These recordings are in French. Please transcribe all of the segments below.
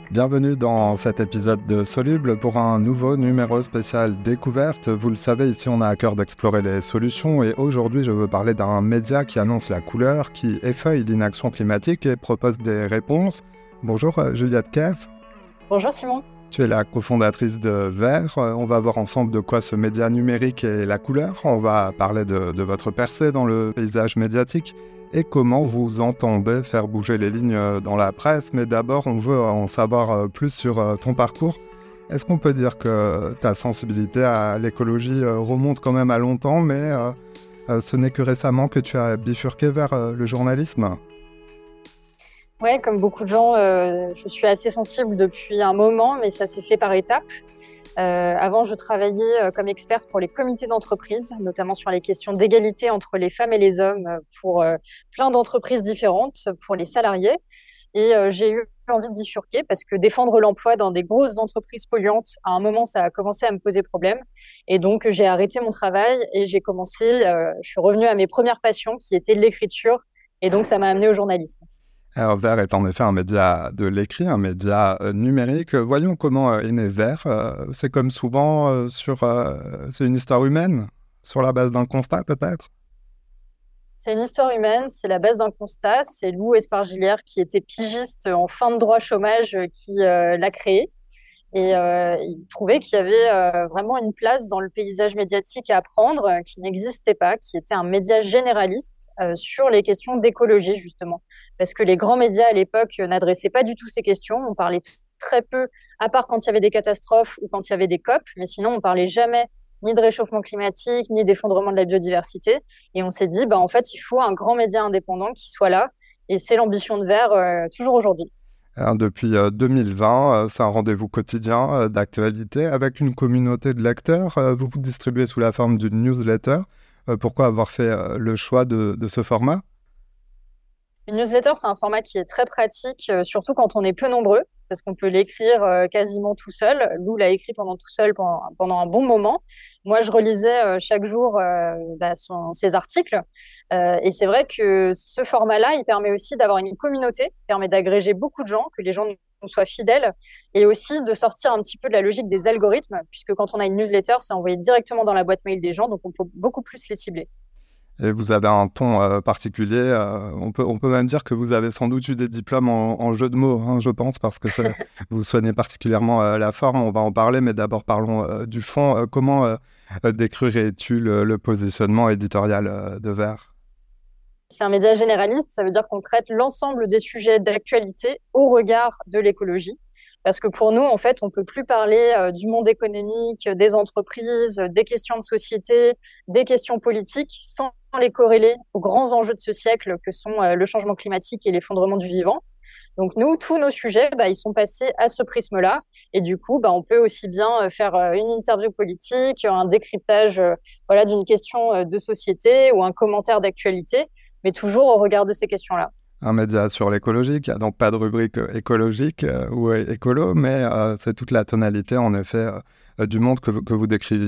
Bienvenue dans cet épisode de Soluble pour un nouveau numéro spécial découverte. Vous le savez, ici on a à cœur d'explorer les solutions et aujourd'hui je veux parler d'un média qui annonce la couleur, qui effeuille l'inaction climatique et propose des réponses. Bonjour Juliette Keff. Bonjour Simon. Tu es la cofondatrice de Vert. On va voir ensemble de quoi ce média numérique est la couleur. On va parler de votre percée dans le paysage médiatique et comment vous entendez faire bouger les lignes dans la presse. Mais d'abord, on veut en savoir plus sur ton parcours. Est-ce qu'on peut dire que ta sensibilité à l'écologie remonte quand même à longtemps, mais ce n'est que récemment que tu as bifurqué vers le journalisme ? Ouais, comme beaucoup de gens, je suis assez sensible depuis un moment, mais ça s'est fait par étapes. Avant, je travaillais comme experte pour les comités d'entreprise, notamment sur les questions d'égalité entre les femmes et les hommes pour plein d'entreprises différentes, pour les salariés. Et j'ai eu envie de bifurquer parce que défendre l'emploi dans des grosses entreprises polluantes, à un moment, ça a commencé à me poser problème. Et donc, j'ai arrêté mon travail et j'ai commencé, je suis revenue à mes premières passions qui étaient l'écriture. Et donc, ça m'a amenée au journalisme. Alors, Vert est en effet un média de l'écrit, un média numérique. Voyons comment est né Vert. C'est comme souvent c'est une histoire humaine, sur la base d'un constat peut-être. C'est une histoire humaine, c'est la base d'un constat. C'est Lou Espargilière qui était pigiste en fin de droit chômage qui l'a créé. Et il trouvait qu'il y avait vraiment une place dans le paysage médiatique à prendre qui n'existait pas, qui était un média généraliste sur les questions d'écologie, justement. Parce que les grands médias à l'époque n'adressaient pas du tout ces questions. On parlait très peu, à part quand il y avait des catastrophes ou quand il y avait des COP, mais sinon on parlait jamais ni de réchauffement climatique, ni d'effondrement de la biodiversité. Et on s'est dit, en fait, il faut un grand média indépendant qui soit là. Et c'est l'ambition de Vert toujours aujourd'hui. Alors, depuis 2020, c'est un rendez-vous quotidien d'actualité avec une communauté de lecteurs. Vous vous distribuez sous la forme d'une newsletter. Pourquoi avoir fait le choix de ce format ? Une newsletter, c'est un format qui est très pratique, surtout quand on est peu nombreux, parce qu'on peut l'écrire quasiment tout seul. Lou l'a écrit pendant un bon moment. Moi, je relisais chaque jour ses articles. Et c'est vrai que ce format-là, il permet aussi d'avoir une communauté, permet d'agréger beaucoup de gens, que les gens nous soient fidèles, et aussi de sortir un petit peu de la logique des algorithmes, puisque quand on a une newsletter, c'est envoyé directement dans la boîte mail des gens, donc on peut beaucoup plus les cibler. Et vous avez un ton particulier. On peut même dire que vous avez sans doute eu des diplômes en jeu de mots, hein, je pense, parce que vous soignez particulièrement la forme. On va en parler, mais d'abord parlons du fond. Comment décrirais-tu le positionnement éditorial de Vert ? C'est un média généraliste, ça veut dire qu'on traite l'ensemble des sujets d'actualité au regard de l'écologie. Parce que pour nous, en fait, on peut plus parler du monde économique, des entreprises, des questions de société, des questions politiques, sans les corréler aux grands enjeux de ce siècle que sont le changement climatique et l'effondrement du vivant. Donc nous, tous nos sujets, ils sont passés à ce prisme-là. Et du coup, on peut aussi bien faire une interview politique, un décryptage d'une question de société ou un commentaire d'actualité, mais toujours au regard de ces questions-là. Un média sur l'écologie, qui a donc pas de rubrique écologique ou écolo, mais c'est toute la tonalité, en effet, du monde que vous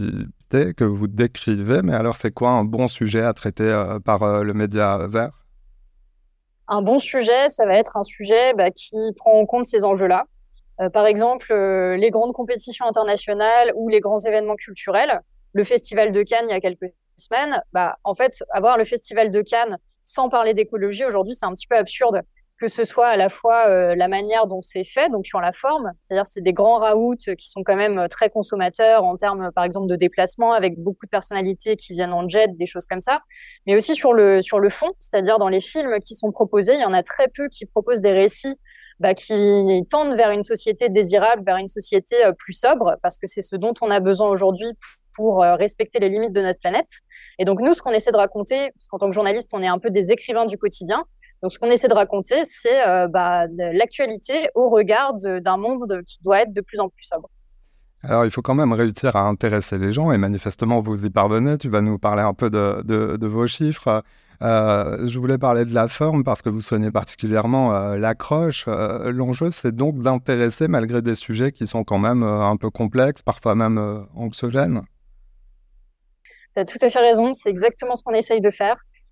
décrivez. Mais alors, c'est quoi un bon sujet à traiter par le média Vert ? Un bon sujet, ça va être un sujet qui prend en compte ces enjeux-là. Par exemple, les grandes compétitions internationales ou les grands événements culturels. Le Festival de Cannes, il y a quelques semaines, en fait, avoir le Festival de Cannes sans parler d'écologie, aujourd'hui, c'est un petit peu absurde. Que ce soit à la fois la manière dont c'est fait, donc sur la forme, c'est-à-dire c'est des grands raouts qui sont quand même très consommateurs en termes, par exemple, de déplacement, avec beaucoup de personnalités qui viennent en jet, des choses comme ça, mais aussi sur le fond, c'est-à-dire dans les films qui sont proposés, il y en a très peu qui proposent des récits qui tendent vers une société désirable, vers une société plus sobre, parce que c'est ce dont on a besoin aujourd'hui pour respecter les limites de notre planète. Et donc nous, ce qu'on essaie de raconter, parce qu'en tant que journaliste, on est un peu des écrivains du quotidien, donc ce qu'on essaie de raconter, c'est de l'actualité au regard d'un monde qui doit être de plus en plus sobre. Alors, il faut quand même réussir à intéresser les gens, et manifestement, vous y parvenez. Tu vas nous parler un peu de vos chiffres. Je voulais parler de la forme parce que vous soignez particulièrement l'accroche. L'enjeu, c'est donc d'intéresser malgré des sujets qui sont quand même un peu complexes, parfois même anxiogènes. Tu as tout à fait raison, c'est exactement ce qu'on essaye de faire.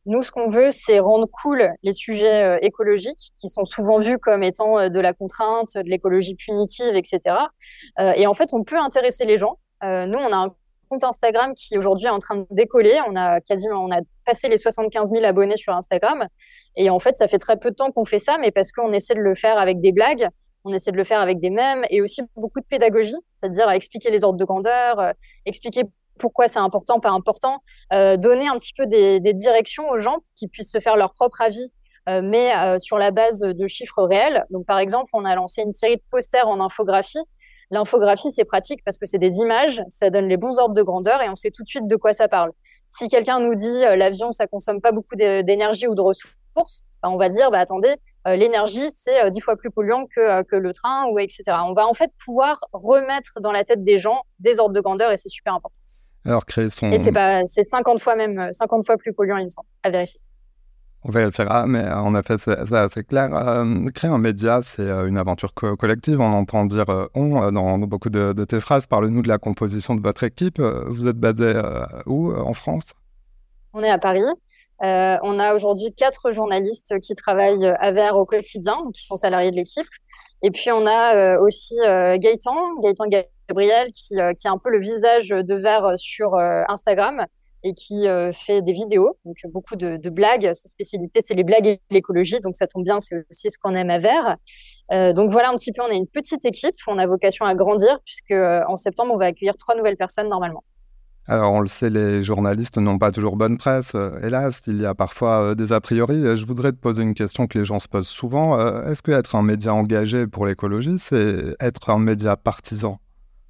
Nous, ce qu'on veut, c'est rendre cool les sujets écologiques qui sont souvent vus comme étant de la contrainte, de l'écologie punitive, etc. Et en fait, on peut intéresser les gens. Nous, on a un compte Instagram qui aujourd'hui est en train de décoller. On a passé les 75 000 abonnés sur Instagram. Et en fait, ça fait très peu de temps qu'on fait ça, mais parce qu'on essaie de le faire avec des blagues, on essaie de le faire avec des mèmes et aussi beaucoup de pédagogie, c'est-à-dire expliquer les ordres de grandeur, expliquer pourquoi c'est important, pas important, donner un petit peu des directions aux gens pour qu'ils puissent se faire leur propre avis, mais sur la base de chiffres réels. Donc, par exemple, on a lancé une série de posters en infographie. L'infographie, c'est pratique parce que c'est des images, ça donne les bons ordres de grandeur et on sait tout de suite de quoi ça parle. Si quelqu'un nous dit l'avion, ça consomme pas beaucoup d'énergie ou de ressources, ben, on va dire, bah, attendez, l'énergie, c'est 10 fois plus polluant que le train, ou etc. On va en fait pouvoir remettre dans la tête des gens des ordres de grandeur et c'est super important. Alors, créer son... Et c'est 50 fois même, 50 fois plus polluant, il me semble, à vérifier. On vérifiera, mais en effet, c'est clair. Créer un média, c'est une aventure collective. On entend dire on dans beaucoup de tes phrases. Parle-nous de la composition de votre équipe. Vous êtes basé où en France? On est à Paris. On a aujourd'hui 4 journalistes qui travaillent à Vert au quotidien, qui sont salariés de l'équipe. Et puis, on a aussi Gaëtan Gabriel, qui est un peu le visage de Vert sur Instagram et qui fait des vidéos, donc beaucoup de blagues. Sa spécialité, c'est les blagues et l'écologie, donc ça tombe bien, c'est aussi ce qu'on aime à Vert. Donc voilà un petit peu, on est une petite équipe, on a vocation à grandir, puisque en septembre, on va accueillir 3 nouvelles personnes normalement. Alors, on le sait, les journalistes n'ont pas toujours bonne presse. Hélas, il y a parfois des a priori. Je voudrais te poser une question que les gens se posent souvent. Est-ce que être un média engagé pour l'écologie, c'est être un média partisan?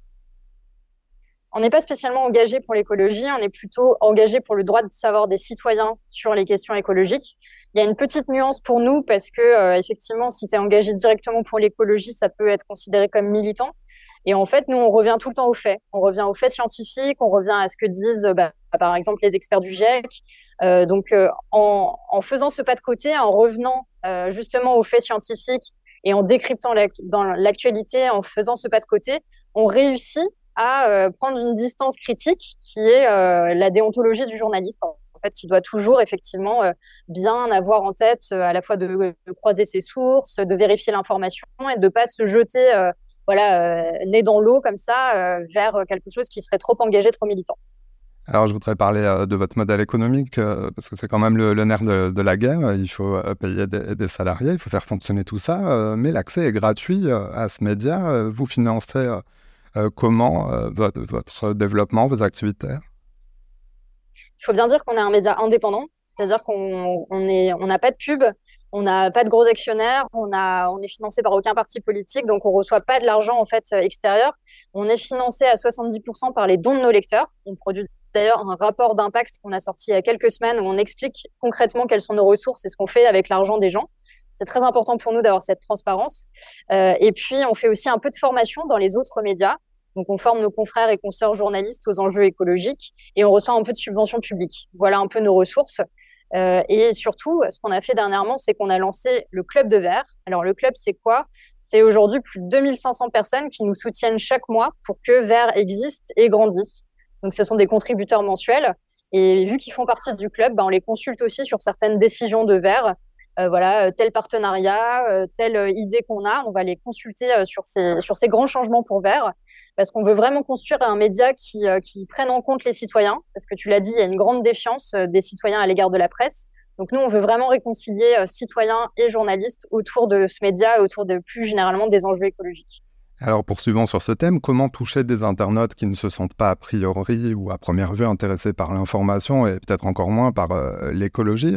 On n'est pas spécialement engagé pour l'écologie, on est plutôt engagé pour le droit de savoir des citoyens sur les questions écologiques. Il y a une petite nuance pour nous parce que, effectivement, si tu es engagé directement pour l'écologie, ça peut être considéré comme militant. Et en fait, nous, on revient tout le temps aux faits. On revient aux faits scientifiques, on revient à ce que disent, par exemple, les experts du GIEC. En faisant ce pas de côté, en revenant justement aux faits scientifiques et en décryptant dans l'actualité, en faisant ce pas de côté, on réussit à prendre une distance critique qui est la déontologie du journaliste. En fait, tu dois toujours effectivement bien avoir en tête à la fois de croiser ses sources, de vérifier l'information et de ne pas se jeter nez dans l'eau comme ça vers quelque chose qui serait trop engagé, trop militant. Alors, je voudrais parler de votre modèle économique, parce que c'est quand même le nerf de la guerre. Il faut payer des salariés, il faut faire fonctionner tout ça, mais l'accès est gratuit à ce média. Vous financez comment votre développement, vos activités? Il faut bien dire qu'on est un média indépendant, c'est-à-dire qu'on n'a pas de pub, on n'a pas de gros actionnaires, on est financé par aucun parti politique, donc on reçoit pas de l'argent en fait extérieur. On est financé à 70% par les dons de nos lecteurs. On produit d'ailleurs un rapport d'impact qu'on a sorti il y a quelques semaines où on explique concrètement quelles sont nos ressources et ce qu'on fait avec l'argent des gens. C'est très important pour nous d'avoir cette transparence. Et puis, on fait aussi un peu de formation dans les autres médias. Donc, on forme nos confrères et consoeurs journalistes aux enjeux écologiques et on reçoit un peu de subventions publiques. Voilà un peu nos ressources. Et surtout, ce qu'on a fait dernièrement, c'est qu'on a lancé le Club de Vert. Alors, le club, c'est quoi? C'est aujourd'hui plus de 2500 personnes qui nous soutiennent chaque mois pour que Vert existe et grandisse. Donc, ce sont des contributeurs mensuels. Et vu qu'ils font partie du club, on les consulte aussi sur certaines décisions de Vert. Tel partenariat, telle idée qu'on a, on va les consulter sur ces grands changements pour Vert, parce qu'on veut vraiment construire un média qui prenne en compte les citoyens, parce que tu l'as dit, il y a une grande défiance des citoyens à l'égard de la presse. Donc nous, on veut vraiment réconcilier citoyens et journalistes autour de ce média et autour de plus généralement des enjeux écologiques. Alors, poursuivant sur ce thème, comment toucher des internautes qui ne se sentent pas a priori ou à première vue intéressés par l'information et peut-être encore moins par l'écologie?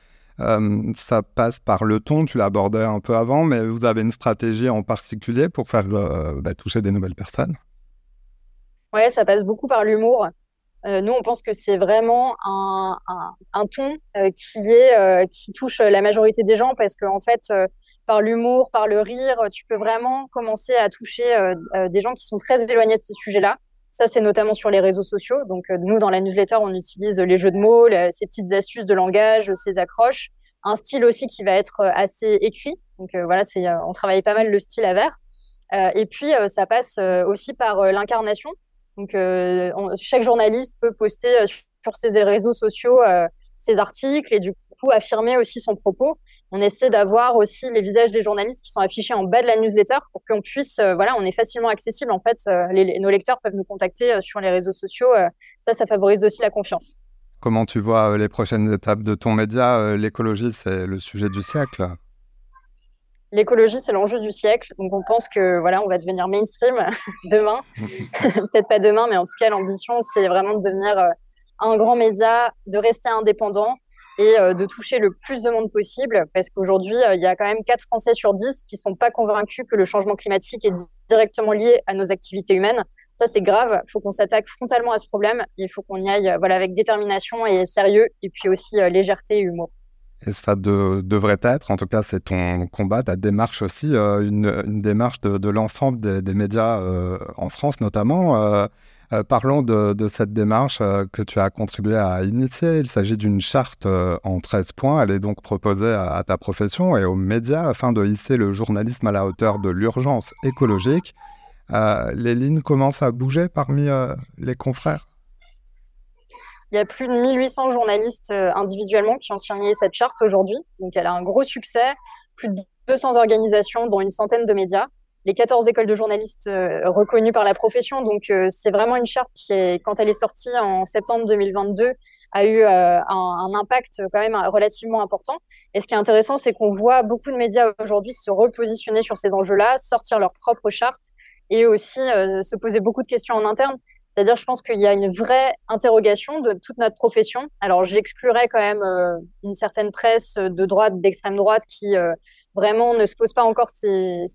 Ça passe par le ton, tu l'abordais un peu avant, mais vous avez une stratégie en particulier pour faire toucher des nouvelles personnes? Ouais, ça passe beaucoup par l'humour. Nous, on pense que c'est vraiment un ton qui touche la majorité des gens parce que en fait, par l'humour, par le rire, tu peux vraiment commencer à toucher des gens qui sont très éloignés de ces sujets-là. Ça, c'est notamment sur les réseaux sociaux. Donc, nous, dans la newsletter, on utilise les jeux de mots, ces petites astuces de langage, ces accroches, un style aussi qui va être assez écrit. Donc, on travaille pas mal le style à Vert. Et puis, ça passe aussi par l'incarnation. Donc, chaque journaliste peut poster sur ses réseaux sociaux ses articles et du coup affirmer aussi son propos. On essaie d'avoir aussi les visages des journalistes qui sont affichés en bas de la newsletter pour qu'on puisse, on est facilement accessible. En fait, nos lecteurs peuvent nous contacter sur les réseaux sociaux. Ça favorise aussi la confiance. Comment tu vois les prochaines étapes de ton média? L'écologie, c'est le sujet du siècle. L'écologie, c'est l'enjeu du siècle. Donc, on pense que on va devenir mainstream demain. Peut-être pas demain, mais en tout cas, l'ambition, c'est vraiment de devenir un grand média, de rester indépendant et de toucher le plus de monde possible. Parce qu'aujourd'hui, il y a quand même 4 Français sur 10 qui sont pas convaincus que le changement climatique est directement lié à nos activités humaines. Ça, c'est grave. Il faut qu'on s'attaque frontalement à ce problème. Il faut qu'on y aille avec détermination et sérieux, et puis aussi légèreté et humour. Et ça devrait être, en tout cas c'est ton combat, ta démarche aussi, une démarche de l'ensemble des médias en France notamment. Parlons de cette démarche que tu as contribué à initier. Il s'agit d'une charte en 13 points. Elle est donc proposée à ta profession et aux médias afin de hisser le journalisme à la hauteur de l'urgence écologique. Les lignes commencent à bouger parmi les confrères. Il y a plus de 1800 journalistes individuellement qui ont signé cette charte aujourd'hui. Donc, elle a un gros succès. Plus de 200 organisations, dont une centaine de médias. Les 14 écoles de journalistes reconnues par la profession. Donc, c'est vraiment une charte qui, quand elle est sortie en septembre 2022, a eu un impact quand même relativement important. Et ce qui est intéressant, c'est qu'on voit beaucoup de médias aujourd'hui se repositionner sur ces enjeux-là, sortir leur propre charte et aussi se poser beaucoup de questions en interne. C'est-à-dire, je pense qu'il y a une vraie interrogation de toute notre profession. Alors, j'exclurais quand même une certaine presse de droite, d'extrême droite, qui vraiment ne se pose pas encore ces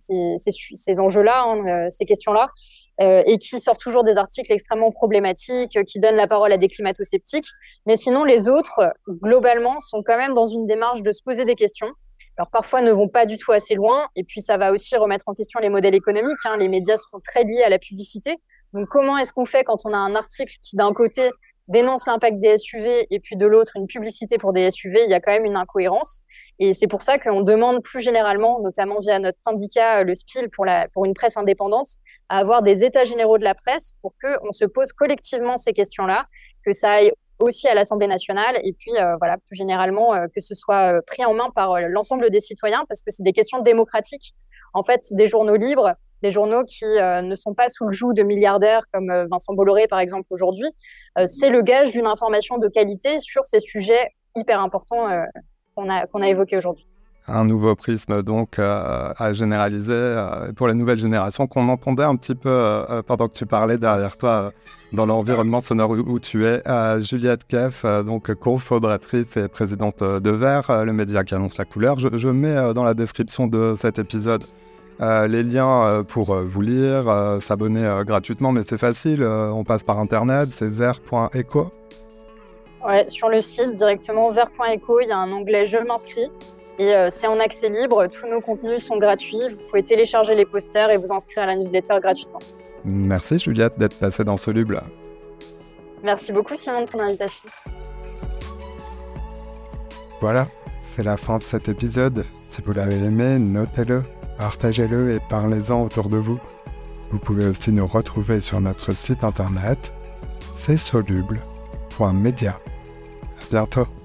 enjeux-là, ces questions-là, et qui sort toujours des articles extrêmement problématiques, qui donnent la parole à des climato-sceptiques. Mais sinon, les autres, globalement, sont quand même dans une démarche de se poser des questions. Alors, parfois, ne vont pas du tout assez loin. Et puis, ça va aussi remettre en question les modèles économiques. Les médias sont très liés à la publicité. Donc, comment est-ce qu'on fait quand on a un article qui, d'un côté, dénonce l'impact des SUV et puis de l'autre, une publicité pour des SUV? Il y a quand même une incohérence. Et c'est pour ça qu'on demande plus généralement, notamment via notre syndicat, le SPIL, pour une presse indépendante, à avoir des états généraux de la presse pour qu'on se pose collectivement ces questions-là, que ça aille aussi à l'Assemblée nationale et puis plus généralement que ce soit pris en main par l'ensemble des citoyens parce que c'est des questions démocratiques. En fait, des journaux libres, des journaux qui ne sont pas sous le joug de milliardaires comme Vincent Bolloré par exemple aujourd'hui, c'est le gage d'une information de qualité sur ces sujets hyper importants qu'on a évoqués aujourd'hui. Un nouveau prisme donc à généraliser pour les nouvelles générations qu'on entendait un petit peu pendant que tu parlais derrière toi dans l'environnement sonore où tu es. Juliette Keff, donc cofondatrice et présidente de Vert, le média qui annonce la couleur. Je mets dans la description de cet épisode les liens pour vous lire, s'abonner gratuitement, mais c'est facile, on passe par internet, c'est vert.eco. Ouais, sur le site directement vert.eco, il y a un onglet « Je m'inscris ». Et c'est en accès libre, tous nos contenus sont gratuits, vous pouvez télécharger les posters et vous inscrire à la newsletter gratuitement. Merci Juliette d'être passée dans Soluble. Merci beaucoup Simon de ton invitation. Voilà, c'est la fin de cet épisode. Si vous l'avez aimé, notez-le, partagez-le et parlez-en autour de vous. Vous pouvez aussi nous retrouver sur notre site internet, c'est soluble.media. À bientôt.